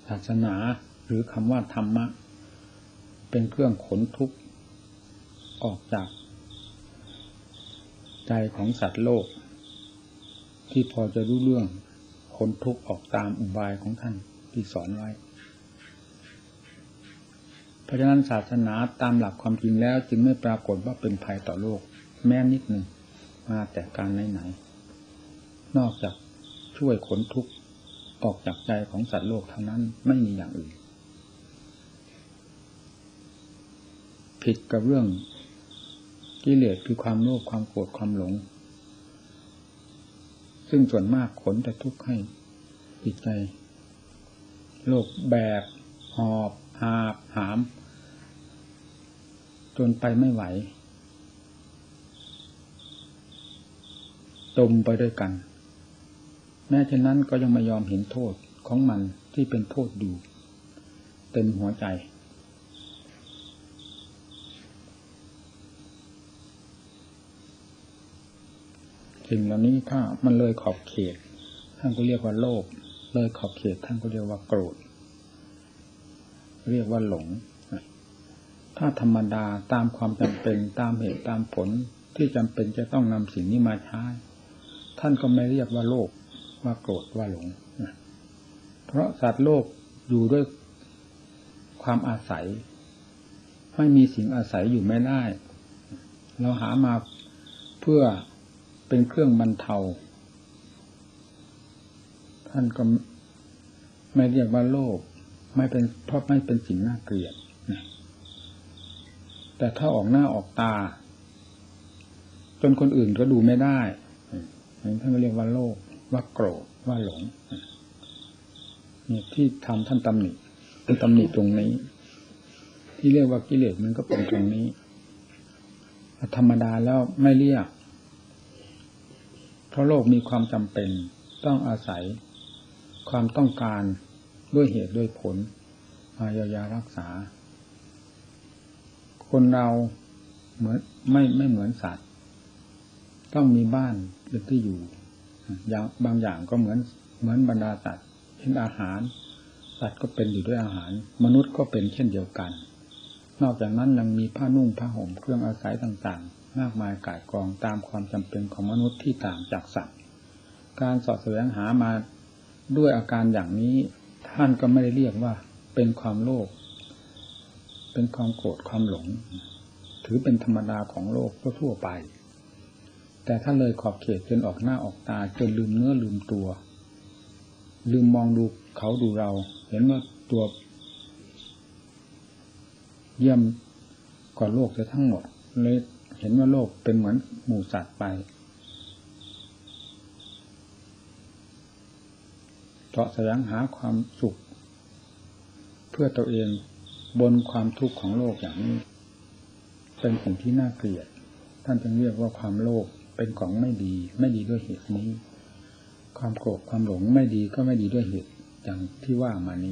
ศาสนาหรือคำว่าธรรมะเป็นเครื่องขนทุกข์ออกจากใจของสัตว์โลกที่พอจะรู้เรื่องขนทุกข์ออกตามอุบายของท่านที่สอนไว้เพราะฉะนั้นศาสนาตามหลักความจริงแล้วจึงไม่ปรากฏว่าเป็นภัยต่อโลกแม้นิดหนึ่งมาแต่การไหนๆนอกจากช่วยขนทุกข์ออกจากใจของสัตว์โลกเท่านั้นไม่มีอย่างอื่นผิดกับเรื่องกิเลสคือความโลภความโกรธความหลงซึ่งส่วนมากขนแต่ทุกข์ให้จิตใจโลกแบกหอบหาบหามจนไปไม่ไหวจมไปด้วยกันแม้เช่นนั้นก็ยังไม่ยอมเห็นโทษของมันที่เป็นโทษอยู่เต็มหัวใจสิ่งเหล่านี้ถ้ามันเลยขอบเขตท่านก็เรียกว่าโลภเลยขอบเขตท่านก็เรียกว่าโกรธเรียกว่าหลงถ้าธรรมดาตามความจำเป็นตามเหตุตามผลที่จำเป็นจะต้องนำสิ่งนี้มาใช้ท่านก็ไม่เรียกว่าโลภว่าโกรธว่าหลงเพราะสัตว์โลกอยู่ด้วยความอาศัยไม่มีสิ่งอาศัยอยู่ไม่ได้เราหามาเพื่อเป็นเครื่องบรรเทาท่านก็ไม่เรียกว่าโลภไม่เป็นเพราะไม่เป็นสิ่งน่าเกลียดแต่ถ้าออกหน้าออกตาจนคนอื่นก็ดูไม่ได้ท่านก็เรียกว่าโลภว่าโกรธว่าหลงนี่ที่ทำท่านตำหนิเป็นตำหนิตรงนี้ที่เรียกว่ากิเลสมันก็เป็นตรงนี้ธรรมดาแล้วไม่เรียกเพราะโลกมีความจำเป็นต้องอาศัยความต้องการด้วยเหตุด้วยผลมาเยียวยารักษาคนเราเหมือนไม่เหมือนสัตว์ต้องมีบ้านเป็นที่อยู่อย่างบางอย่างก็เหมือนบรรดาสัตว์เช่นอาหารสัตว์ก็เป็นอยู่ด้วยอาหารมนุษย์ก็เป็นเช่นเดียวกันนอกจากนั้นยังมีผ้านุ่งผ้าห่มเครื่องอาศัยต่างๆมากมายก่ายกองตามความจำเป็นของมนุษย์ที่ต่างจากสัตว์การสอดแสวงหามาด้วยอาการอย่างนี้ท่านก็ไม่ได้เรียกว่าเป็นความโลภเป็นความโกรธความหลงถือเป็นธรรมดาของโลกทั่วไปแต่ถ้าเลยขอบเขตจนออกหน้าออกตาจนลืมเนื้อลืมตัวลืมมองดูเขาดูเราเห็นว่าตัวเยี่ยมกว่าโลกจะทั้งหมดเลยเห็นว่าโลกเป็นเหมือนหมู่สัตว์ไปเสาะแสวงหาความสุขเพื่อตัวเองบนความทุกข์ของโลกอย่างนี้เป็นสิ่งที่น่าเกลียดท่านจึงเรียกว่าความโลภเป็นของไม่ดีด้วยเหตุนี้ความโกรธความหลงไม่ดีก็ไม่ดีด้วยเหตุอย่างที่ว่ามานี้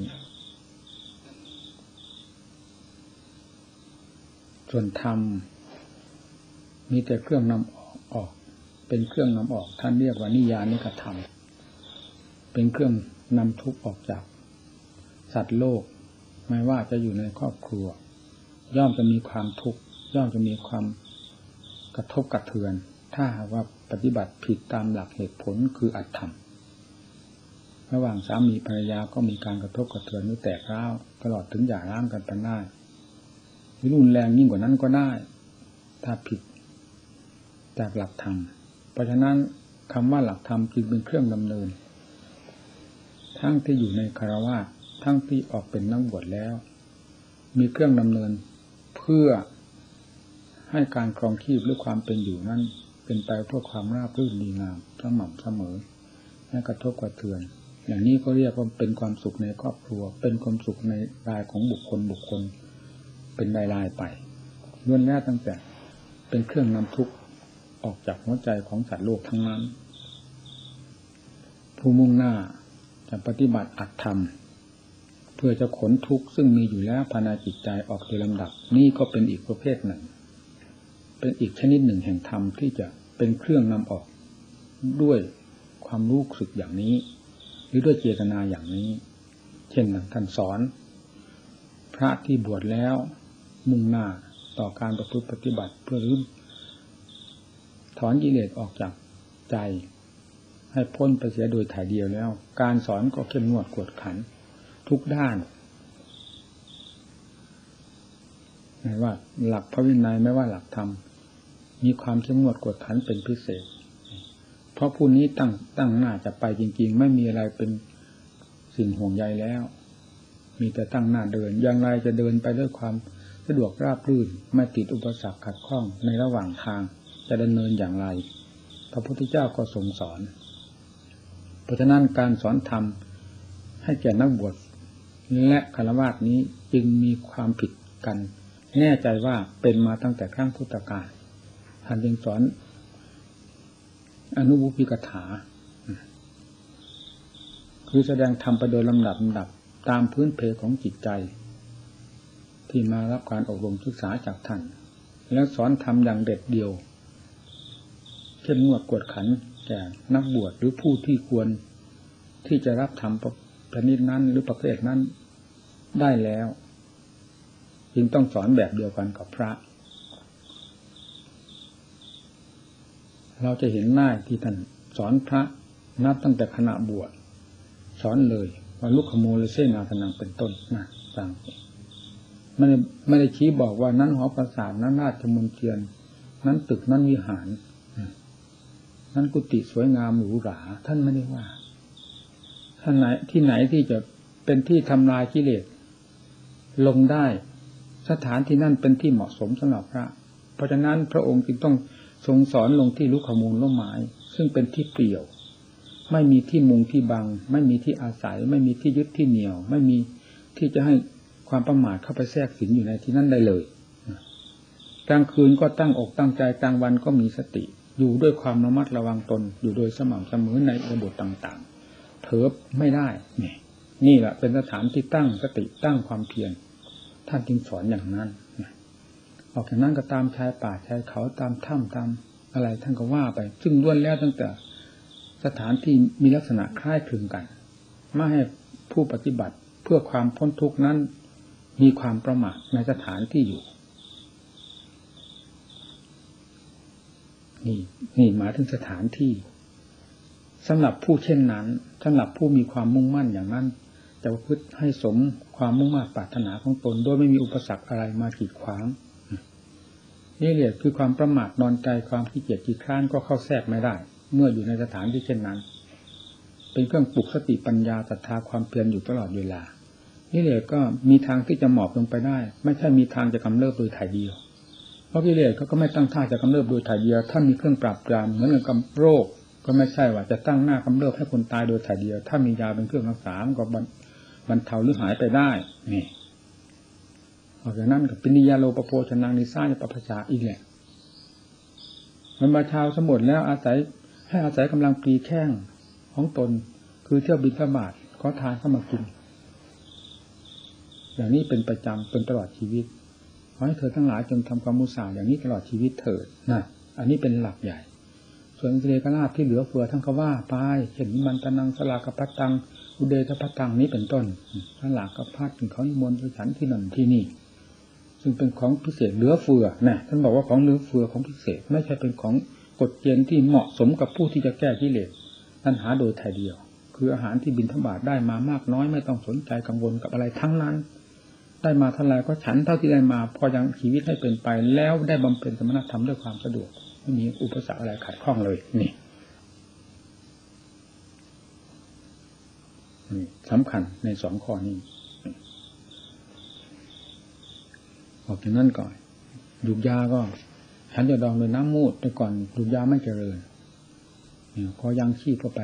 ส่วนธรรมมีแต่เครื่องนำออกเป็นเครื่องนำออกท่านเรียกว่านิยานิกธรรมเป็นเครื่องนำทุกข์ออกจากสัตว์โลกไม่ว่าจะอยู่ในครอบครัวย่อมจะมีความทุกข์ย่อมจะมีความกระทบกระเทือนถ้าหากว่าปฏิบัติผิดตามหลักเหตุผลคืออธรรมระหว่างสามีภรรยาก็มีการกระทบกระเทือนหรือแตกร้าวตลอดถึงหย่าร้างกันไปได้หรือรุนแรงยิ่งกว่านั้นก็ได้ถ้าผิดจากหลักธรรมเพราะฉะนั้นคำว่าหลักธรรมจึงเป็นเครื่องดำเนินทั้งที่อยู่ในคฤหัสถ์ทั้งที่ออกเป็นนักบวชแล้วมีเครื่องดำเนินเพื่อให้การครองชีพหรือความเป็นอยู่นั้นเป็นไปเพื่อความราบรื่นดีงามสม่ำเสมอไม่กระทบกระเทือนอย่างนี้ก็เรียกว่าเป็นความสุขในครอบครัวเป็นความสุขในรายของบุคคลเป็นรายไปล้วนแล้วตั้งแต่เป็นเครื่องนำทุกข์ออกจากหัวใจของสัตว์โลกทั้งนั้นผู้มุ่งหน้าจะปฏิบัติอัตธรรมเพื่อจะขนทุกข์ซึ่งมีอยู่แล้วภายในจิตใจออกโดยลำดับนี่ก็เป็นอีกประเภทหนึ่งเป็นอีกชนิดหนึ่งแห่งธรรมที่จะเป็นเครื่องนำออกด้วยความรู้สึกอย่างนี้หรือด้วยเจตนาอย่างนี้เช่นท่านสอนพระที่บวชแล้วมุ่งหน้าต่อการประพฤติปฏิบัติเพื่อรื้อถอนกิเลสออกจากใจให้พ้นไปเสียโดยถ่ายเดียวแล้วการสอนก็เข้มงวดกวดขันทุกด้านไม่ว่าหลักพระวินัยไม่ว่าหลักธรรมมีความเข้มงวดกวดขันเป็นพิเศษเพราะผู้นี้ตั้งหน้าจะไปจริงๆไม่มีอะไรเป็นสิ่งห่วงใยแล้วมีแต่ตั้งหน้าเดินอย่างไรจะเดินไปด้วยความสะดวกราบรื่นไม่ติดอุปสรรคขัดข้องในระหว่างทางจะดำเนินอย่างไรพระพุทธเจ้าก็ทรงสอนเพราะฉะนั้นการสอนธรรมให้แก่นักบวชและฆราวาสนี้จึงมีความผิดกันแน่ใจว่าเป็นมาตั้งแต่ครั้งพุทธกาลท่านจึงสอนอนุวุพิกถาคือแสดงธรรมไปโดยลำดับตามพื้นเพของจิตใจที่มารับการอบรมศึกษาจากท่านแล้วสอนธรรมอย่างเด็ดเดี่ยวเข้มงวดกวดขันแก่นักบวชหรือผู้ที่ควรที่จะรับธรรมประเภทนั้นหรือประเภทนั้นได้แล้วจึงต้องสอนแบบเดียวกันกับพระเราจะเห็นหน้าที่ท่านสอนพระนับตั้งแต่ขณะบวชสอนเลยว่าลุกขโมลเสนาสนังเป็นต้นนะต่างไม่ได้ชี้บอกว่านั้นหอปราสาทนั้นราชมณฑลนั้นตึกนั้นวิหารนั้นกุฏิสวยงามหรูหราท่านไม่ได้ว่าท่านไหนที่จะเป็นที่ทำลายกิเลสลงได้สถานที่นั่นเป็นที่เหมาะสมสำหรับพระเพราะฉะนั้นพระองค์จึงต้องทรงสอนลงที่ลุกขมูลล้มไม้ซึ่งเป็นที่เปลี่ยวไม่มีที่มุงที่บังไม่มีที่อาศัยไม่มีที่ยึดที่เหนี่ยวไม่มีที่จะให้ความประมาทเข้าไปแทรกสิงอยู่ในที่นั่นได้เลยกลางคืนก็ตั้งอกตั้งใจกลางวันก็มีสติอยู่ด้วยความระมัดระวังตนอยู่โดยสม่ำเสมอในระบบต่างๆเผลอไม่ได้นี่แหละเป็นสถานที่ตั้งสติตั้งความเพียรท่านจึงสอนอย่างนั้นออกจากนั้นก็ตามชายป่าชายเขาตามถ้ำตามอะไรท่านก็ว่าไปซึ่งล้วนแล้วตั้งแต่สถานที่มีลักษณะคล้ายคลึงกันไม่ให้ผู้ปฏิบัติเพื่อความพ้นทุกข์นั้นมีความประมาทในสถานที่อยู่นี่หมายถึงสถานที่สำหรับผู้เช่นนั้นสำหรับผู้มีความมุ่งมั่นอย่างนั้นจะประพฤติให้สมความมุ่งมั่นปรารถนาของตนโดยไม่มีอุปสรรคอะไรมากีดขวางนี่แหละคือความประมาทนอนใจความขี้เกียจขี้คร้านก็เข้าแทรกไม่ได้เมื่ออยู่ในสถานที่เช่นนั้นเป็นเครื่องปลุกสติปัญญาศรัทธาความเพียรอยู่ตลอดเวลานี่แหละก็มีทางที่จะหมอบลงไปได้ไม่ใช่มีทางจะกำเริบโดยถ่ายเดียวเพราะกิเลสเขาก็ไม่ตั้งท่าจะกำเริบโดยถ่ายเดียวถ้ามีเครื่องปราบปรามเหมือนกับโรคก็ไม่ใช่ว่าจะตั้งหน้ากำเริบให้คนตายโดยถ่ายเดียวถ้ามียาเป็นเครื่องรักษาก็บรรเทาหรือหายไปได้นี่ออกจากนั้นกับปินิยาโลปโภชนังนิสาญปปชาอีกแหละมันมาชาวสมุทรแล้วอาศัยกำลังปรีแข้งของตนคือเที่ยวบิณฑบาตขอทานเข้ามากินอย่างนี้เป็นประจำเป็นตลอดชีวิตขอให้เธอทั้งหลายจงทำความมุสาอย่างนี้ตลอดชีวิตเถิดนะอันนี้เป็นหลักใหญ่ส่วนสิเลกราภที่เหลือเฟือทั้งก็ว่าไปเห็นมันตนังสลากพัตตังอุเดชพัตตังนี้เป็นต้นสลากพัตถึงเขานิมนต์ไปฉันที่นั่นที่นี่ซึ่งเป็นของพิเศษเหลือเฟือนะท่านบอกว่าของเหลือเฟือของพิเศษไม่ใช่เป็นของกฎเกณฑ์ที่เหมาะสมกับผู้ที่จะแก้กิเลสตัณหาโดยถ่ายเดียวคืออาหารที่บิณฑบาตได้มามากน้อยไม่ต้องสนใจกังวลกับอะไรทั้งนั้นได้มาเท่าไรก็ฉันเท่าที่ได้มาพอยังชีวิตให้เป็นไปแล้วได้บำเพ็ญสมณธรรมด้วยความสะดวกไม่มีอุปสรรคอะไรขัดข้องเลยนี่สำคัญในสองข้อนี้ออกจากนั้นก่อนดูดยาก็ฉันจะดองโดยน้ำมูดแต่ก่อนดูดยาไม่เจริญพอยังชีพเข้าไป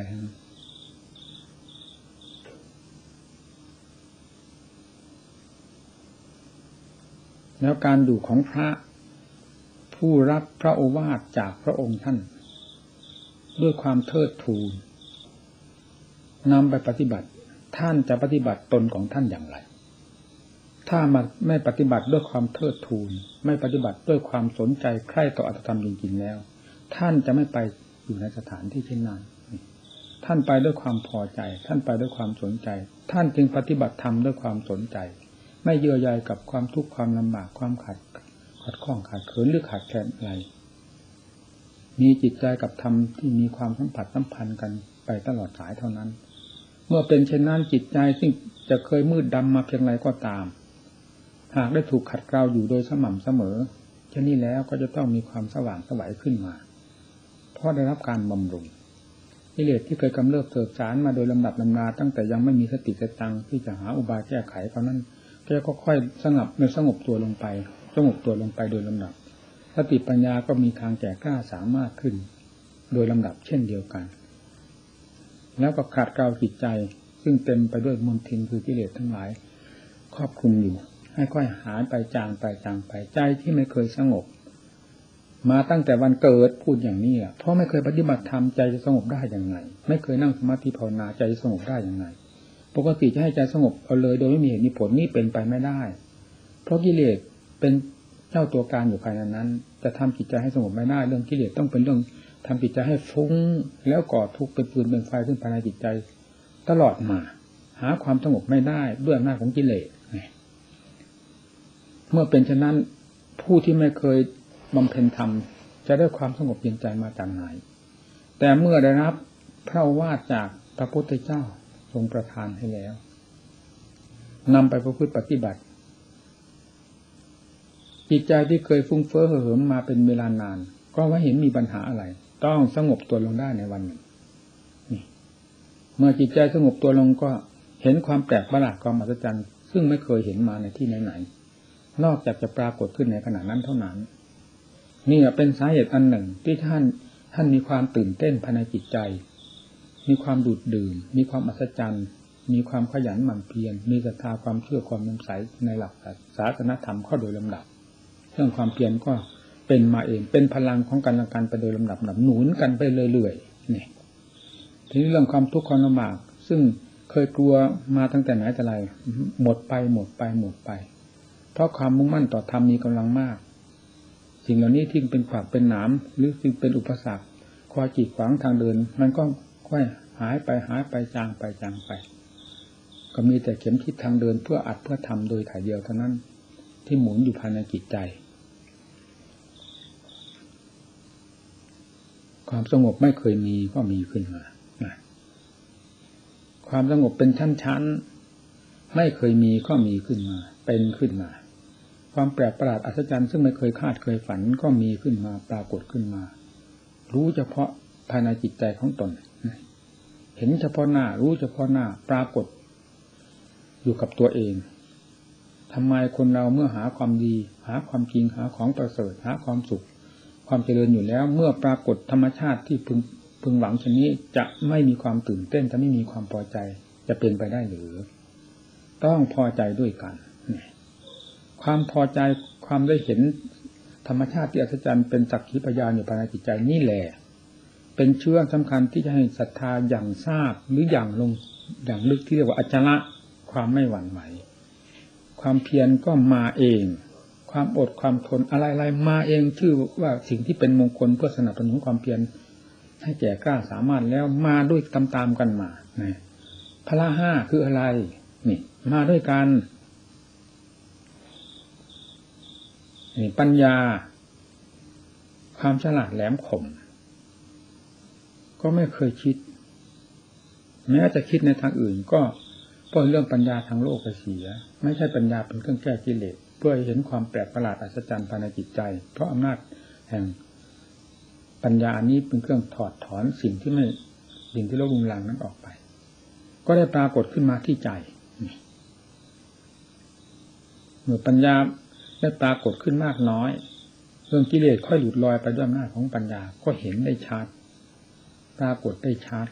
แล้วการดูของพระผู้รับพระโอวาทจากพระองค์ท่านด้วยความเทิดทูนนำไปปฏิบัติท่านจะปฏิบัติตนของท่านอย่างไรถ้าไม่ปฏิบัติด้วยความเทิดทูนไม่ปฏิบัติด้วยความสนใจใคร่ต่ออัตธรรมจริงๆแล้วท่านจะไม่ไปอยู่ในสถานที่เช่นนั้นท่านไปด้วยความพอใจท่านไปด้วยความสนใจท่านจึงปฏิบัติธรรมด้วยความสนใจไม่เยื่อใยกับความทุกข์ความลำบากความขัดข้องขาดเขินหรือขาดแคลนอะไรมีจิตใจกับธรรมที่มีความสัมพันธ์กันไปตลอดสายเท่านั้นเมื่อเป็นเช่นนั้นจิตใจซึ่งจะเคยมืดดำมาเพียงไรก็ตามหากได้ถูกขัดเกลาอยู่โดยสม่ำเสมอเช่นนี้แล้วก็จะต้องมีความสว่างไสวขึ้นมาเพราะได้รับการบำรุงกิเลสที่เคยกำเริบเสบสารมาโดยลำดับลำดาตั้งแต่ยังไม่มีสติสตังที่จะหาอุบายแก้ไขเพราะนั้นก็ค่อยสงบตัวลงไปโดยลำดับสติปัญญาก็มีทางแก่กล้าสามารถขึ้นโดยลำดับเช่นเดียวกันแล้วก็ขาดเกลาจิตใจซึ่งเต็มไปด้วยมลทินคือกิเลสทั้งหลายครอบคลุมอยู่ให้ค่อยหายไปจางไปใจที่ไม่เคยสงบมาตั้งแต่วันเกิดพูดอย่างนี้เพราะไม่เคยปฏิบัติธรรมใจจะสงบได้อย่างไรไม่เคยนั่งสมาธิภาวนาใจจะสงบได้อย่างไรปกติจะให้ใจสงบเอาเลยโดยไม่มีเหตุมีผลนี่เป็นไปไม่ได้เพราะกิเลสเป็นเจ้าตัวการอยู่ภายในนั้นจะทำจิตใจให้สงบไม่ได้เรื่องกิเลสต้องเป็นเรื่องทำจิตใจให้ฟุ้งแล้วก่อทุกข์เป็นปืนเป็นไฟขึ้นภายในจิตใจตลอดมาหาความสงบไม่ได้ด้วยอำนาจของกิเลสเมื่อเป็นฉะนั้นผู้ที่ไม่เคยบำเพ็ญธรรมจะได้ความสงบเย็นใจมาจากไหนแต่เมื่อได้รับพระโอวาทจากพระพุทธเจ้าทรงประทานให้แล้วนำไปประพฤติปฏิบัติจิตใจที่เคยฟุ้งเฟ้อเหิมมาเป็นเวลานานก็ไม่เห็นมีปัญหาอะไรต้องสงบตัวลงได้ในวันหนึ่งนี่เมื่อจิตใจสงบตัวลงก็เห็นความแปลกประหลาดความอัศจรรย์ซึ่งไม่เคยเห็นมาในที่ไหนๆนอกจากจะปรากฏขึ้นในขณะนั้นเท่านั้นนี่เป็นสาเหตุอันหนึ่งที่ท่านมีความตื่นเต้นภายในจิตใจมีความดูดดื่มมีความอัศจรรย์มีความขยันหมั่นเพียรมีศรัทธาความเชื่อความเลื่อมใสในหลักศาสนธรรมเข้าโดยลำดับเรื่องความเพียรก็เป็นมาเองเป็นพลังของกันและกันไปโดยลำดับหนุนกันไปเรื่อยๆนี่ทีนี้เรื่องความทุกข์ความลำบากซึ่งเคยกลัวมาตั้งแต่ไหนแต่ไรหมดไปเพราะความมุ่งมั่นต่อธรรมมีกำลังมากสิ่งเหล่านี้ที่เป็นขวากเป็นหนามหรือซึ่งเป็นอุปสรรคคอยกีดขวางทางเดินมันก็ค่อยหายไปจางไปก็มีแต่เข็มทิศทางเดินเพื่ออัดเพื่อทำโดยถ่ายเดียวเท่านั้นที่หมุนอยู่ภายในจิตใจความสงบไม่เคยมีก็มีขึ้นมาความสงบเป็นชั้นๆไม่เคยมีก็มีขึ้นมาเป็นขึ้นมาความแปลกประหลาดอัศจรรย์ซึ่งไม่เคยคาดเคยฝันก็มีขึ้นมาปรากฏขึ้นมารู้เฉพาะภายในจิตใจของตนเห็นเฉพาะหน้ารู้เฉพาะหน้าปรากฏอยู่กับตัวเองทำไมคนเราเมื่อหาความดีหาความจริงหาของประเสริฐหาความสุขความเจริญอยู่แล้วเมื่อปรากฏธรรมชาติที่พึงหวังเช่นนี้จะไม่มีความตื่นเต้นจะไม่มีความพอใจจะเป็นไปได้หรือต้องพอใจด้วยกันความพอใจความได้เห็นธรรมชาติที่อัศจรรย์เป็นสักขีพยานอยู่ภายในจิตใจนี่แหละเป็นเชื้อสำคัญที่จะให้ศรัทธาอย่างทราบหรืออย่างลงอย่างลึกที่เรียกว่าอจละความไม่หวั่นไหวความเพียรก็มาเองความอดความทนอะไรๆมาเองชื่อว่าสิ่งที่เป็นมงคลเพื่อสนับสนุนความเพียรให้แก่กล้าสามารถแล้วมาด้วยตามๆกันมาพละห้าคืออะไรนี่มาด้วยกันปัญญาความฉลาดแหลมคมก็ไม่เคยคิดแม้จะคิดในทางอื่นก็เพราะเรื่องปัญญาทางโลกไปเสียไม่ใช่ปัญญาเป็นเครื่องแก้กิเลสเพื่อเห็นความแปลกประหลาดอัศจรรย์ภายในจิตใจเพราะอำนาจแห่งปัญญาอันนี้เป็นเครื่องถอดถอนสิ่งที่ลบลุงลังนั้นออกไปก็ได้ปรากฏขึ้นมาที่ใจเมื่อปัญญาได้ปรากฏขึ้นมากน้อยเรื่องกิเลสค่อยหลุดลอยไปด้วยอำนาจของปัญญาก็เห็นได้ชัดปรากฏได้ชัด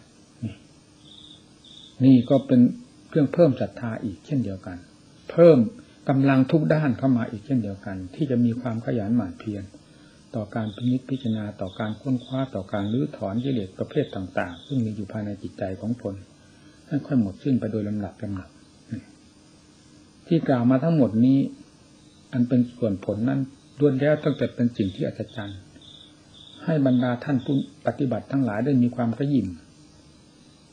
นี่ก็เป็นเครื่องเพิ่มศรัทธาอีกเช่นเดียวกันเพิ่มกำลังทุกด้านเข้ามาอีกเช่นเดียวกันที่จะมีความขยันหมั่นเพียรต่อการพิจารณาต่อการค้นคว้าต่อการรื้อถอนกิเลสประเภทต่างๆซึ่งมีอยู่ภายในจิตใจของตนให้ค่อยหมดสิ้นไปโดยลำดับที่กล่าวมาทั้งหมดนี้อันเป็นส่วนผลนั้นล้วนแล้วตั้งแต่เป็นสิ่งที่อัศจรรย์ให้บรรดาท่านผู้ปฏิบัติทั้งหลายได้มีความกระยิ่ม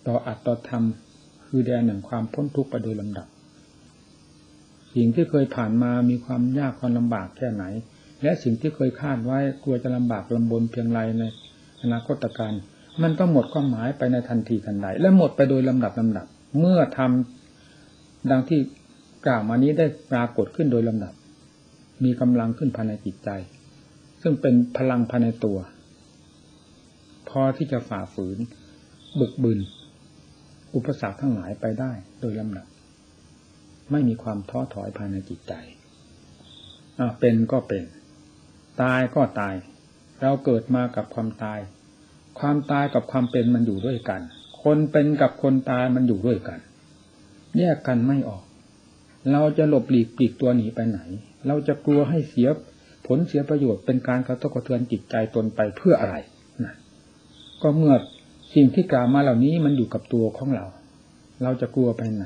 ต่ออัตต่อธรรมคือแดนแห่งความพ้นทุกข์ไปโดยลำดับสิ่งที่เคยผ่านมามีความยากความลำบากแค่ไหนและสิ่งที่เคยคาดไว้กลัวจะลำบากลำบนเพียงไรในอนาคตการมันก็หมดความหมายไปในทันทีทันใดและหมดไปโดยลำดับเมื่อทำดังที่กล่าวมานี้ได้ปรากฏขึ้นโดยลำดับมีกำลังขึ้นภายในจิตใจซึ่งเป็นพลังภายในตัวพอที่จะฝ่าฝืนบึกบึนอุปสรรคทั้งหลายไปได้โดยลำดับไม่มีความท้อถอยภายในจิตใจเป็นก็เป็นตายก็ตายเราเกิดมากับความตายความตายกับความเป็นมันอยู่ด้วยกันคนเป็นกับคนตายมันอยู่ด้วยกันแยกกันไม่ออกเราจะหลบหลีกปลีกตัวหนีไปไหนเราจะกลัวให้เสียผลเสียประโยชน์เป็นการกระทบกระเทือนจิตใจตนไปเพื่ออะไรนะก็เมื่อสิ่งที่กล่าวมาเหล่านี้มันอยู่กับตัวของเราเราจะกลัวไปไหน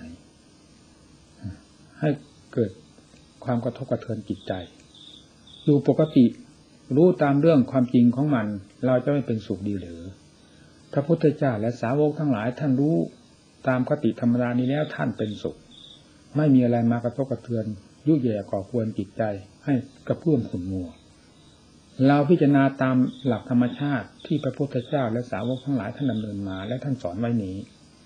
ให้เกิดความกระทบกระเทือนจิตใจอยู่ปกติรู้ตามเรื่องความจริงของมันเราจะไม่เป็นสุขดีหรือพระพุทธเจ้าและสาวกทั้งหลายท่านรู้ตามคติธรรมดานี้แล้วท่านเป็นสุขไม่มีอะไรมากระทบกระเทือนยุ่ยแย่ก่อกวนจิตใจให้กระเพื่อมขุ่นมัวเราพิจารณาตามหลักธรรมชาติที่พระพุทธเจ้าและสาวกทั้งหลายท่านดำเนินมาและท่านสอนไว้นี้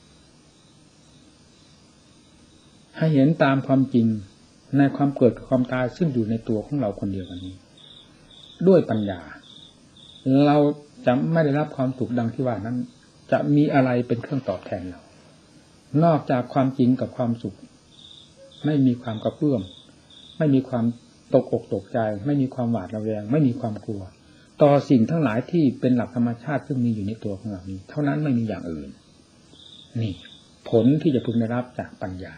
ให้เห็นตามความจริงในความเกิดกับความตายซึ่งอยู่ในตัวของเราคนเดียวกันนี้ด้วยปัญญาเราจะไม่ได้รับความสุขดังที่ว่านั้นจะมีอะไรเป็นเครื่องตอบแทนเรานอกจากความจริงกับความสุขไม่มีความกระเพื่อมไม่มีความตกอกตกใจไม่มีความหวาดระแวงไม่มีความกลัวต่อสิ่งทั้งหลายที่เป็นหลักธรรมชาติซึ่งมีอยู่ในตัวของเรานี้เท่านั้นไม่มีอย่างอื่นนี่ผลที่จะพึงได้รับจากปัญญา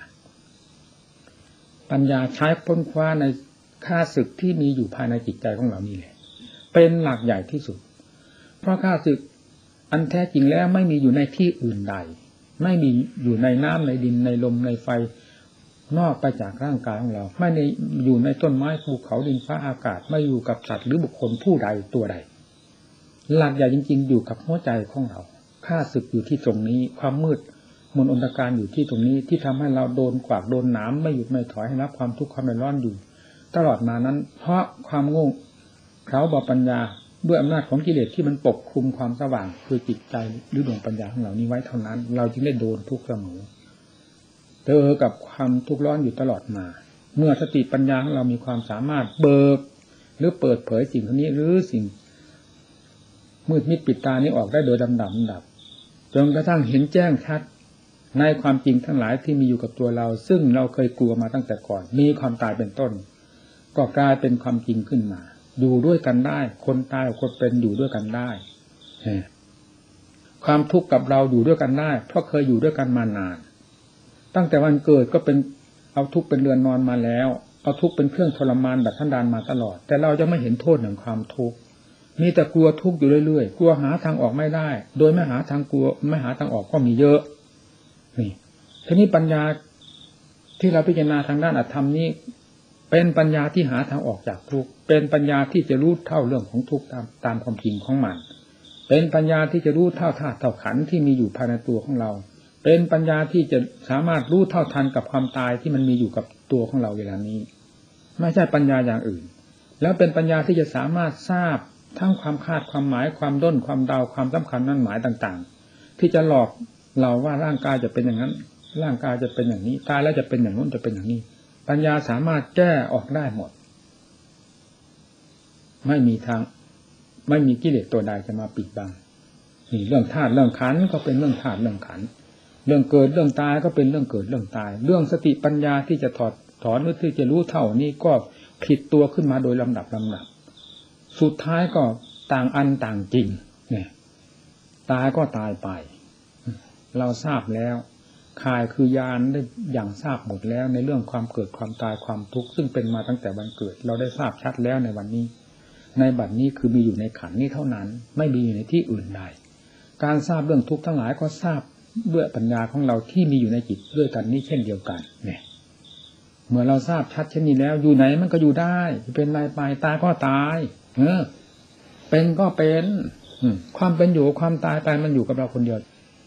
ใช้ค้นคว้าในข้าศึกที่มีอยู่ภายในจิตใจของเรานี่แหละเป็นหลักใหญ่ที่สุดเพราะข้าศึกอันแท้จริงแล้วไม่มีอยู่ในที่อื่นใดไม่มีอยู่ในน้ำในดินในลมในไฟนอกไปจากร่างกายของเราไม่ได้อยู่ในต้นไม้ภูเขาดินฟ้าอากาศไม่อยู่กับสัตว์หรือบุคคลผู้ใดตัวใดหลักใหญ่จริงๆอยู่กับหัวใจของเราข้าศึกอยู่ที่ตรงนี้ความมืดมนอนตการอยู่ที่ตรงนี้ที่ทำให้เราโดนกวากโดนหนามไม่หยุดไม่ถอยให้รับความทุกข์ความเดือดร้อนอยู่ตลอดมานั้นเพราะความโง่เขลาบาปัญญาด้วยอำนาจของกิเลสที่มันปกคลุมความสว่างคือจิตใจหรือดวงปัญญาของเรานี้ไว้เท่านั้นเราจึงได้โดนทุกข์เสมอเจอกับความทุกข์ร้อนอยู่ตลอดมาเมื่อสติปัญญาของเรามีความสามารถเบิกหรือเปิดเผยสิ่งนี้หรือสิ่งมืดมิดปิดตานี้ออกได้โดยลำดับจนกระทั่งเห็นแจ้งชัดในความจริงทั้งหลายที่มีอยู่กับตัวเราซึ่งเราเคยกลัวมาตั้งแต่ก่อนมีความตายเป็นต้นก็กลายเป็นความจริงขึ้นมาอยู่ด้วยกันได้คนตายกับคนเป็นอยู่ด้วยกันได้ความทุกข์กับเราอยู่ด้วยกันได้เพราะเคยอยู่ด้วยกันมานานตั้งแต่วันเกิดก็เป็นเอาทุกข์เป็นเรือนนอนมาแล้วเอาทุกข์เป็นเครื่องทรมานแบบทันดานมาตลอดแต่เราจะไม่เห็นโทษของความทุกข์มีแต่กลัวทุกข์อยู่เรื่อยๆกลัวหาทางออกไม่ได้โดยไม่หาทางกลัวไม่หาทางออกก็มีเยอะนี่ทีนี้ปัญญาที่เราพิจารณาทางด้านอธรรมนี้เป็นปัญญาที่หาทางออกจากทุกข์เป็นปัญญาที่จะรู้เท่าเรื่องของทุกข์ตามความจริงของมันเป็นปัญญาที่จะรู้เท่าธาตุเท่าขันธ์ที่มีอยู่ภายในตัวของเราเป็นปัญญาที่จะสามารถรู้เท่าทันกับความตายที่มันมีอยู่กับตัวของเราเวลานี้ไม่ใช่ปัญญาอย่างอื่นแล้วเป็นปัญญาที่จะสามารถทราบทั้งความคาดความหมายความด้นความเดาความสำคัญนั่นหมายต่างๆที่จะหลอกเราว่าร่างกายจะเป็นอย่างนั้นร่างกายจะเป็นอย่างนี้ตายแล้วจะเป็นอย่างนู้นจะเป็นอย่างนี้ปัญญาสามารถแก้ออกได้หมดไม่มีทางไม่มีกิเลสตัวใดจะมาปิดบังนี่เรื่องธาตุเรื่องขันธ์ก็เป็นเรื่องธาตุเรื่องขันธ์เรื่องเกิดเรื่องตายก็เป็นเรื่องเกิดเรื่องตายเรื่องสติปัญญาที่จะถอนหรือที่จะรู้เท่านี้ก็ผิดตัวขึ้นมาโดยลำดับสุดท้ายก็ต่างอันต่างจริงเนี่ยตายก็ตายไปเราทราบแล้วคายคือญาณได้อย่างทราบหมดแล้วในเรื่องความเกิดความตายความทุกข์ซึ่งเป็นมาตั้งแต่วันเกิดเราได้ทราบชัดแล้วในวันนี้ในบัดนี้คือมีอยู่ในขันธ์นี้เท่านั้นไม่มีอยู่ในที่อื่นใดการทราบเรื่องทุกข์ทั้งหลายก็ทราบด้วยปัญญาของเราที่มีอยู่ในจิตด้วยกันนี้เช่นเดียวกันเนี่ยเมื่อเราทราบชัดเช่นนี้แล้วอยู่ไหนมันก็อยู่ได้เป็นไรไปตายก็ตายเป็นก็เป็นความเป็นอยู่ความตายไปมันอยู่กับเราคนเดียว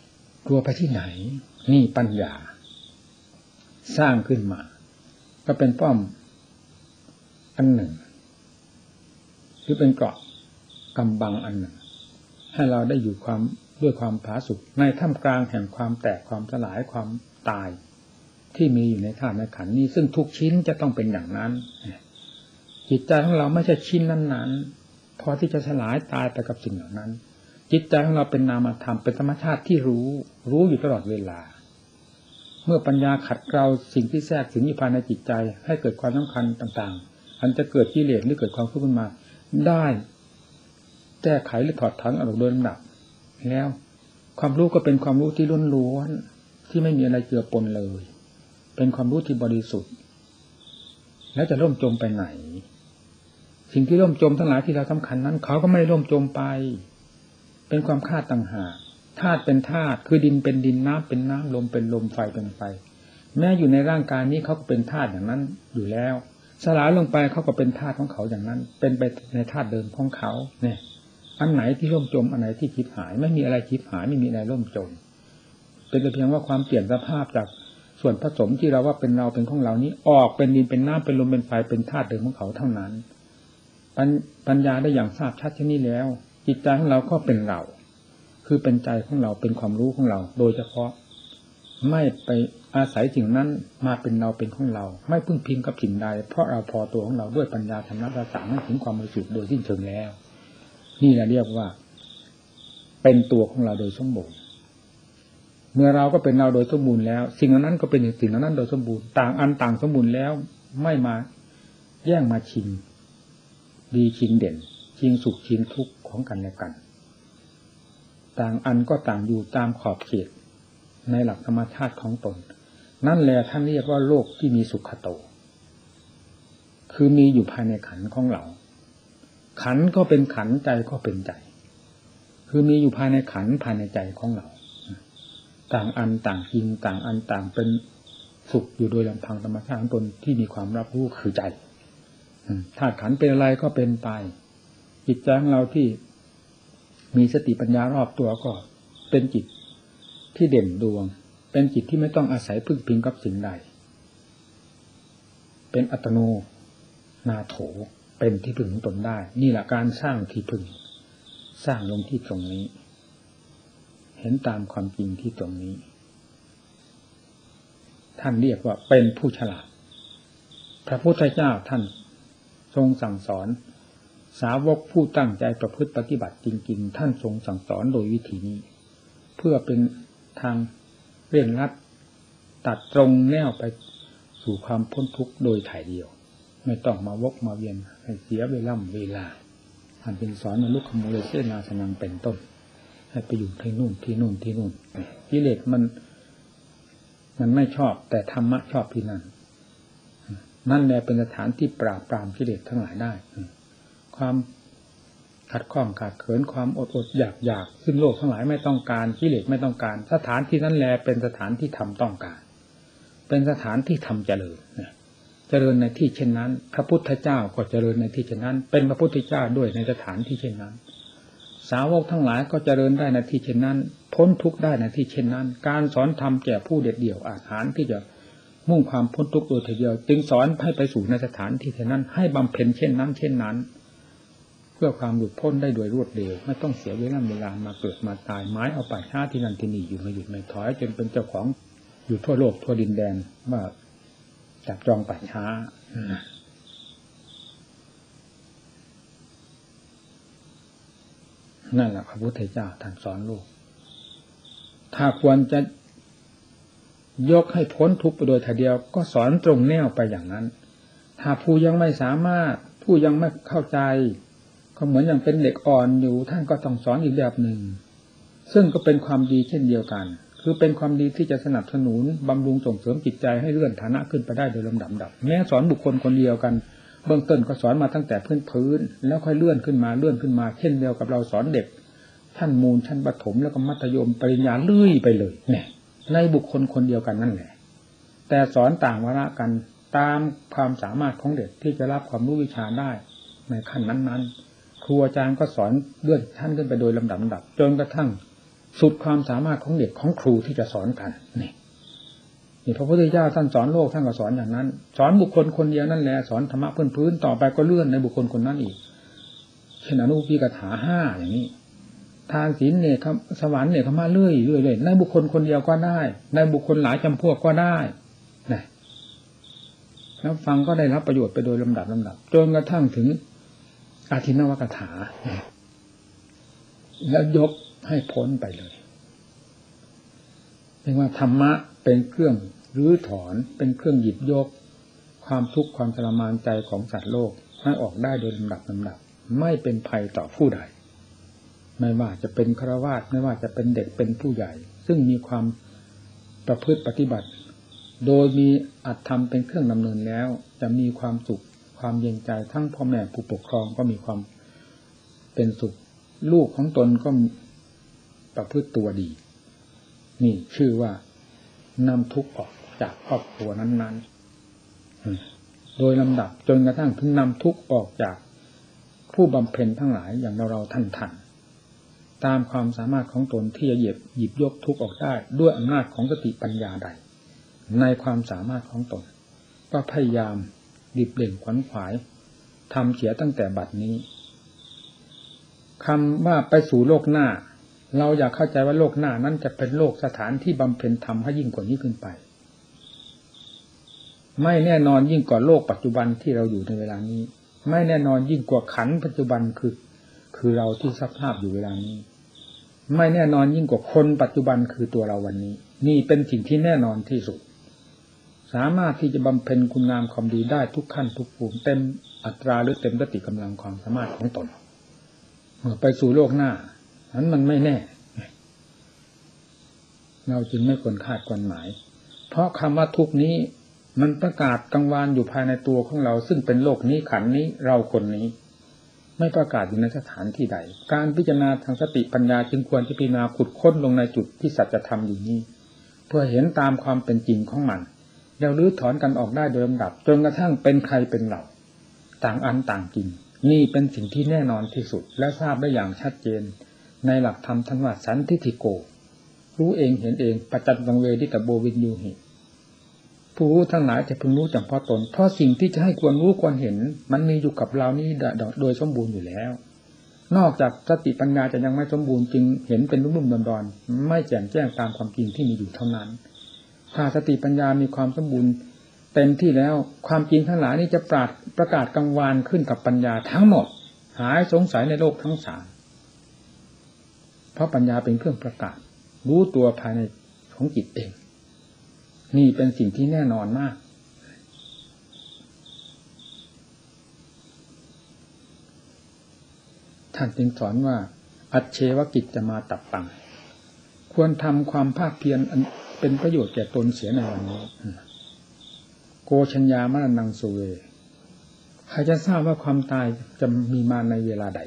กลัวไปที่ไหนนี่ปัญญาสร้างขึ้นมาก็เป็นป้อมอันหนึ่งหรือเป็นเกราะกำบังอันหนึ่งให้เราได้อยู่ด้วยความผาสุกในท่ามกลางแห่งความแตกความสลายความตายที่มีอยู่ในธาตุในขันธ์นี้ซึ่งทุกชิ้นจะต้องเป็นอย่างนั้นจิตใจของเราไม่ใช่ชิ้นนั้นๆพอที่จะสลายตายไปกับสิ่งเหล่านั้นจิตใจของเราเป็นนามธรรมเป็นธรรมชาติที่รู้อยู่ตลอดเวลาเมื่อปัญญาขัดเกลาสิ่งที่แทรกถึงอยู่ภายในจิตใจให้เกิดความสำคัญต่างๆอันจะเกิดกิเลสหรือเกิดความทุกข์ขึ้นมาได้แก้ไขหรือถอดถอนออกโดยลำดับแล้วความรู้ก็เป็นความรู้ที่ล้วนๆที่ไม่มีอะไรเจือปนเลยเป็นความรู้ที่บริสุทธิ์แล้วจะล่มจมไปไหนสิ่งที่ล่มจมทั้งหลายที่เราสำคัญนั้นเขาก็ไม่ได้ล่มจมไปเป็นความคาดต่างหากธาตุเป็นธาตุคือดินเป็นดินน้ำเป็นน้ำลมเป็นลมไฟเป็นไฟแม้อยู่ในร่างกายนี้เขาก็เป็นธาตุอย่างนั้นอยู่แล้วสลายลงไปเขาก็เป็นธาตุของเขาอย่างนั้นเป็นไปในธาตุเดิมของเขาเนี่ยอันไหนที่ล่มจมอันไหนที่ชิบหายไม่มีอะไรชิบหายไม่มีอะไรล่มจมเป็นแต่เพียงว่าความเปลี่ยนสภาพจากส่วนผสมที่เราว่าเป็นเราเป็นของเรานี้ออกเป็นดินเป็นน้ำเป็นลมเป็นไฟเป็นธาตุเดิมของเขาเท่านั้นปัญญาได้อย่างทราบชัดเช่นนี้แล้วจิตใจของเราก็เป็นเราคือเป็นใจของเราเป็นความรู้ของเราโดยเฉพาะไม่ไปอาศัยสิ่งนั้นมาเป็นเราเป็นของเราไม่พึ่งพิงกับสิ่งใดเพราะเราพอตัวของเราด้วยปัญญาธรรมะต่างๆให้ถึงความบริสุทธิ์โดยสิ้นเชิงแล้วนี่แหละเรียกว่าเป็นตัวของเราโดยสมบูรณ์เมื่อเราก็เป็นเราโดยสมบูรณ์แล้วสิ่งนั้นก็เป็นสิ่งนั้นโดยสมบูรณ์ต่างอันต่างสมบูรณ์แล้วไม่มาแย่งมาชิงดีชิงเด่นชิงสุขชิงทุกข์ของกันและกันต่างอันก็ต่างอยู่ตามขอบเขตในหลักธรรมชาติของตนนั่นแหละท่านเรียกว่าโลกที่มีสุขโตคือมีอยู่ภายในขันธ์ของเราขันธ์ก็เป็นขันธ์ใจก็เป็นใจคือมีอยู่ภายในขันธ์ภายในใจของเราต่างอันต่างจริงต่างอันต่างเป็นสุขอยู่โดยลำพังธรรมชาติของตนที่มีความรับรู้คือใจธาตุขันธ์เป็นอะไรก็เป็นไปจิตใจของเราที่มีสติปัญญารอบตัวก็เป็นจิตที่เด่นดวงเป็นจิตที่ไม่ต้องอาศัยพึ่งพิงกับสิ่งใดเป็นอัตโนนาโถเป็นที่พึ่งของตนได้นี่แหละการสร้างที่พึ่งสร้างลงที่ตรงนี้เห็นตามความจริงที่ตรงนี้ท่านเรียกว่าเป็นผู้ฉลาดพระพุทธเจ้าท่านทรงสั่งสอนสาวกผู้ตั้งใจประพฤติปฏิบัติจริงๆท่านทรงสั่งสอนโดยวิธีนี้เพื่อเป็นทางเร่งรัดตัดตรงแนวไปสู่ความพ้นทุกข์โดยถ่ายเดียวไม่ต้องมาวกมาเวียนให้เสียเวลาท่านเป็นสอนอนุขโมเลเสนาสนังเป็นต้นให้ไปอยู่ที่นู่นกิเลสมันไม่ชอบแต่ธรรมะชอบที่นั่นนั่นแหละเป็นสถานที่ปราบปรามกิเลสทั้งหลายได้ความขัดข้องขาดเขินความอดอยากซึ่งโลกทั้งหลายไม่ต้องการกิเลสไม่ต้องการสถานที่นั้นแลเป็นสถานที่ธรรมต้องการเป็นสถานที่ธรรมเจริญในที่เช่นนั้นพระพุทธเจ้าก็เจริญในที่เช่นนั้นเป็นพระพุทธเจ้าด้วยในสถานที่เช่นนั้นสาวกทั้งหลายก็เจริญได้ในที่เช่นนั้นพ้นทุกข์ได้ในที่เช่นนั้นการสอนธรรมแก่ผู้เด็ดเดี่ยวอาหารที่จะมุ่งความพ้นทุกข์โดยทีเดียวจึงสอนให้ไปสู่ในสถานที่เช่นนั้นให้บำเพ็ญเช่นนั้นเพื่อความหลุดพ้นได้โดยรวดเร็วไม่ต้องเสียเวลามาเกิดมาตายไม้เอาไปช้าที่นั่นที่นี่อยู่ไม่หยุดไม่ถอยจนเป็นเจ้าของอยู่ทั่วโลกทั่วดินแดนว่าจับจองป่าช้านั่นแหละพระพุทธเจ้าท่านสอนโลกถ้าควรจะยกให้พ้นทุกข์ไปโดยทีเดียวก็สอนตรงแนวไปอย่างนั้นถ้าผู้ยังไม่สามารถผู้ยังไม่เข้าใจก็เหมือนอย่างเป็นเด็กอ่อนอยู่ท่านก็ต้องสอนอีกแบบหนึ่งซึ่งก็เป็นความดีเช่นเดียวกันคือเป็นความดีที่จะสนับสนุนบำรุงส่งเสริมจิตใจให้เลื่อนฐานะขึ้นไปได้โดยลำดับแม้สอนบุคคลคนเดียวกันเบื้องต้นก็สอนมาตั้งแต่พื้นแล้วค่อยเลื่อนขึ้นมาเช่นเดียวกับเราสอนเด็กชั้นมูลชั้นประถมแล้วก็มัธยมปริญญาเลื่อยไปเลยเนี่ยในบุคคลคนเดียวกันนั่นแหละแต่สอนต่างวาระกันตามความสามารถของเด็กที่จะรับความรู้วิชาได้ในขั้นนั้นๆครูอาจารย์ก็สอนเลื่อนชั้นขึ้นไปโดยลำดับจนกระทั่งสุดความสามารถของเด็กของครูที่จะสอนกันนี่พระพุทธเจ้าท่านสอนโลกท่านก็สอนอย่างนั้นสอนบุคคลคนเดียวนั่นแหละสอนธรรมะพื้นๆต่อไปก็เลื่อนในบุคคลคนนั้นอีกเช่นอนุปีกถา5อย่างนี้ทานศีลเนี่ยสวรรค์เนี่ยเขามาเรื่อยๆในบุคคลคนเดียวก็ได้ในบุคคลหลายจำพวกก็ได้นะแล้วฟังก็ได้รับประโยชน์ไปโดยลำดับจนกระทั่งถึงอาทินวกถาแล้วยกให้พ้นไปเลยเรียกว่าธรรมะเป็นเครื่องรื้อถอนเป็นเครื่องหยิบยกความทุกข์ความทรมานใจของสัตว์โลกให้ออกได้โดยลำดับไม่เป็นภัยต่อผู้ใดไม่ว่าจะเป็นฆราวาสไม่ว่าจะเป็นเด็กเป็นผู้ใหญ่ซึ่งมีความประพฤติปฏิบัติโดยมีอัตธรรมเป็นเครื่องดำเนินแล้วจะมีความสุขความเย็นใจทั้งพ่อแม่ผู้ปกครองก็มีความเป็นสุขลูกของตนก็ประพฤติตัวดีนี่ชื่อว่านำทุกข์ออกจากครอบครัวนั้นๆโดยลำดับจนกระทั่งถึงนำทุกข์ออกจากผู้บำเพ็ญทั้งหลายอย่างเราท่านตามความสามารถของตนที่จะหยิบยกทุกข์ออกได้ด้วยอำนาจของสติปัญญาใดในความสามารถของตนก็พยายามดิบเล่งขวนขวายทำเสียตั้งแต่บัดนี้คำว่าไปสู่โลกหน้าเราอยากเข้าใจว่าโลกหน้านั้นจะเป็นโลกสถานที่บำเพ็ญธรรมให้ยิ่งกว่านี้ขึ้นไปไม่แน่นอนยิ่งกว่าโลกปัจจุบันที่เราอยู่ในเวลานี้ไม่แน่นอนยิ่งกว่าขันธ์ปัจจุบันคือเราที่สภาพอยู่เวลานี้ไม่แน่นอนยิ่งกว่าคนปัจจุบันคือตัวเราวันนี้นี่เป็นสิ่งที่แน่นอนที่สุดสามารถที่จะบำเพ็ญคุณงามความดีได้ทุกขั้นทุกภูมิเต็มอัตราหรือเต็มสติกำลังความสามารถของตนเมื่อไปสู่โลกหน้านั้นมันไม่แน่เราจึงไม่ควรคาดควรหมายเพราะคำว่าทุกนี้มันประกาศกังวานอยู่ภายในตัวของเราซึ่งเป็นโลกนี้ขันธ์นี้เราคนนี้ไม่ประกาศอยู่ในสถานที่ใดการพิจารณาทางสติปัญญาจึงควรจะพิจารณาขุดค้นลงในจุดที่สัจธรรมอยู่นี้เพื่อเห็นตามความเป็นจริงของมันแล้วรื้อถอนกันออกได้โดยลำดับจนกระทั่งเป็นใครเป็นเราต่างอันต่างจริงนี่เป็นสิ่งที่แน่นอนที่สุดและทราบได้อย่างชัดเจนในหลักธรรมท่านว่าสันทิฏฐิโกรู้เองเห็นเองปัจจัตตังเวทิตโบวินยูหิผู้รู้ทั้งหลายจะพึงรู้เฉพาะตนเพราะสิ่งที่จะให้ควรรู้ควรเห็นมันมีอยู่กับเรานี่โดยสมบูรณ์อยู่แล้วนอกจากสติปัญญาจะยังไม่สมบูรณ์จึงเห็นเป็นรุ่มๆดอนๆไม่แจ่มแจ้งตามความจริงที่มีอยู่เท่านั้นถ้าสติปัญญามีความสมบูรณ์เต็มที่แล้วความจริงทั้งหลายนี่จะประกาศกังวานขึ้นกับปัญญาทั้งหมดหายสงสัยในโลกทั้งสามเพราะปัญญาเป็นเครื่องประกาศรู้ตัวภายในของจิตเองนี่เป็นสิ่งที่แน่นอนมากท่านจึงสอนว่าอัจเชวกิจจะมาตับปังควรทำความภาคเพียรเป็นประโยชน์แก่ตนเสียในวันนี้โกชัญญามรณังสุเวใครจะทราบว่าความตายจะมีมาในเวลาใด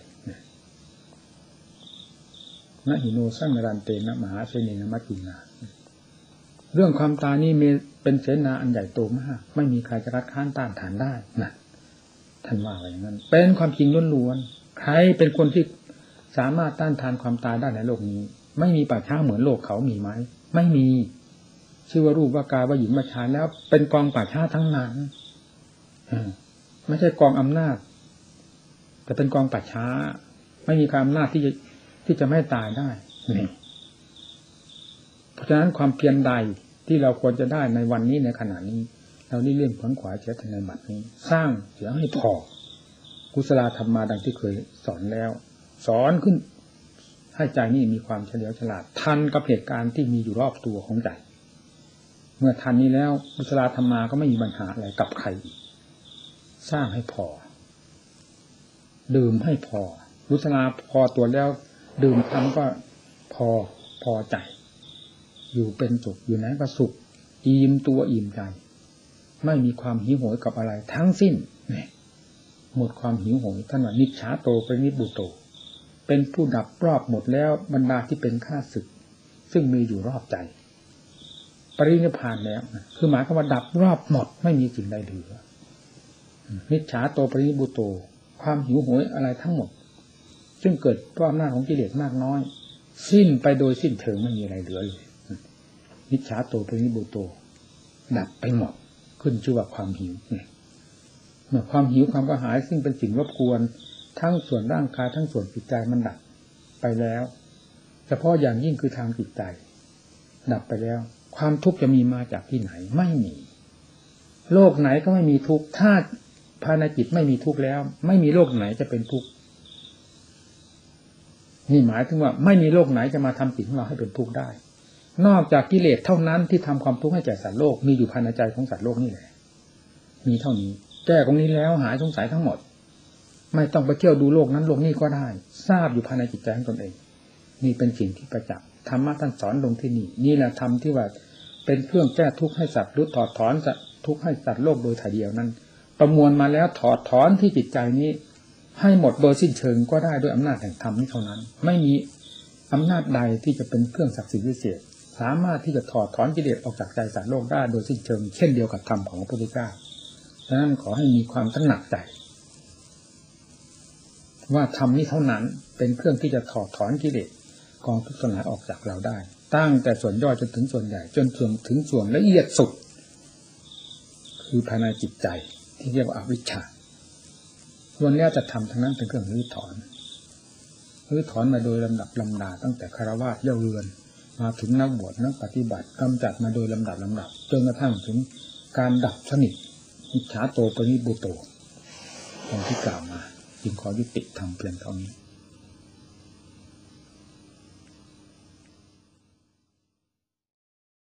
นะหิโนสังรันเตนะมหาเสนีนมัจจุนาเรื่องความตายนี่มีเป็นเสนาอันใหญ่โตมากไม่มีใครจะรัดค้านต้านทานได้นะท่านว่าไว้อย่างนั้นเป็นความจริงล้วนๆใครเป็นคนที่สามารถต้านทานความตายได้ในโลกนี้ไม่มีป่าช้าเหมือนโลกเขามีไหมไม่มีชื่อว่ารูปว่ากายว่าหญิงว่าชายแล้วเป็นกองป่าช้าทั้งนั้นไม่ใช่กองอำนาจแต่เป็นกองป่าช้าไม่มีการอำนาจที่จะไม่ตายได้นี่เพราะฉะนั้นความเพียรใดที่เราควรจะได้ในวันนี้ในขณะนี้เรานี่เลี่ยมขวนขวายเสียในบัดนี้สร้างเสียให้พอกุศลธรรมมาดังที่เคยสอนแล้วสอนขึ้นให้ใจนี่มีความเฉลียวฉลาดทันกับเหตุการณ์ที่มีอยู่รอบตัวของใจเมื่อทันนี้แล้วกุศลธรรมมาก็ไม่มีปัญหาอะไรกับใครอีกสร้างให้พอดื่มให้พอกุศลพอตัวแล้วดื่มทำก็พอใจอยู่เป็นสุขอยู่ไหนก็สุขอิ่มตัวอิ่มใจไม่มีความหิวโหยกับอะไรทั้งสิ้นหมดความหิวโหยท่านว่านิจฉาโตปรินิพพุโตเป็นผู้ดับรอบหมดแล้วบรรดาที่เป็นข้าศึกซึ่งมีอยู่รอบใจปรินิพพานแล้วคือหมายความว่าดับรอบหมดไม่มีสิ่งใดเหลือนิจฉาโตปรินิพพุโตความหิวโหยอะไรทั้งหมดซึ่งเกิดเพราะอำนาจของกิเลสมากน้อยสิ้นไปโดยสิ้นเชิงไม่มีอะไรเหลือเลยมิจฉาโตปรินิพพุโตดับไปหมดขึ้นชื่อว่าความหิวเนี่ยเมื่อความหิวความกระหายซึ่งเป็นสิ่งรบกวนทั้งส่วนร่างกายทั้งส่วนจิตใจมันดับไปแล้วเฉพาะอย่างยิ่งคือทางจิตใจดับไปแล้วความทุกข์จะมีมาจากที่ไหนไม่มีโลกไหนก็ไม่มีทุกข์ถ้าภายในจิตไม่มีทุกข์แล้วไม่มีโลกไหนจะเป็นทุกข์นี่หมายถึงว่าไม่มีโลกไหนจะมาทำจิตของเราให้เป็นทุกข์ได้นอกจากกิเลสเท่านั้นที่ทำความทุกข์ให้แก่สัตว์โลกมีอยู่ภายในใจของสัตว์โลกนี่แหละมีเท่านี้แก้ตรงนี้แล้วหายสงสัยทั้งหมดไม่ต้องไปเที่ยวดูโลกนั้นโลกนี้ก็ได้ทราบอยู่ภายในจิตใจของตนเองนี่เป็นสิ่งที่ประจักษ์ธรรมะท่านสอนลงที่นี่นี่แหละธรรมที่ว่าเป็นเครื่องแก้ทุกข์ให้สัตว์หรือถอดถอนทุกข์ให้สัตว์โลกโดยถ่ายเดียวนั้นประมวลมาแล้วถอดถอนที่จิตใจนี้ให้หมดโดยสิ้นเชิงก็ได้ด้วยอำนาจแห่งธรรมนี้เท่านั้นไม่มีอำนาจใดที่จะเป็นเครื่องศักดิ์สิทธิ์วิเศษสามารถที่จะถอดถอนกิเลสออกจากใจสัตว์โลกได้โดยสิ้นเชิงเช่นเดียวกับธรรมของพระพุทธเจ้าดังนั้นขอให้มีความตระหนักใจว่าธรรมนี้เท่านั้นเป็นเครื่องที่จะถอดถอนกิเลสกองทุกข์ทั้งหลายออกจากเราได้ตั้งแต่ส่วนย่อยจนถึงส่วนใหญ่จนถึงส่วนละเอียดสุดคือภายในจิตใจที่เรียกว่าอวิชชาล้วนแล้วจะทำทั้งนั้นเป็นเครื่องรื้อถอนมาโดยลำดับลำดาตั้งแต่คฤหัสถ์เย่าเรือนมาถึงนักบวชนักปฏิบัติกำจัดมาโดยลำดับจนกระทั่งถึงการดับสนิทมิจฉาโตปรินิพพุโตอย่างที่กล่าวมาจึงขอยุติธรรมเพียงเท่านี้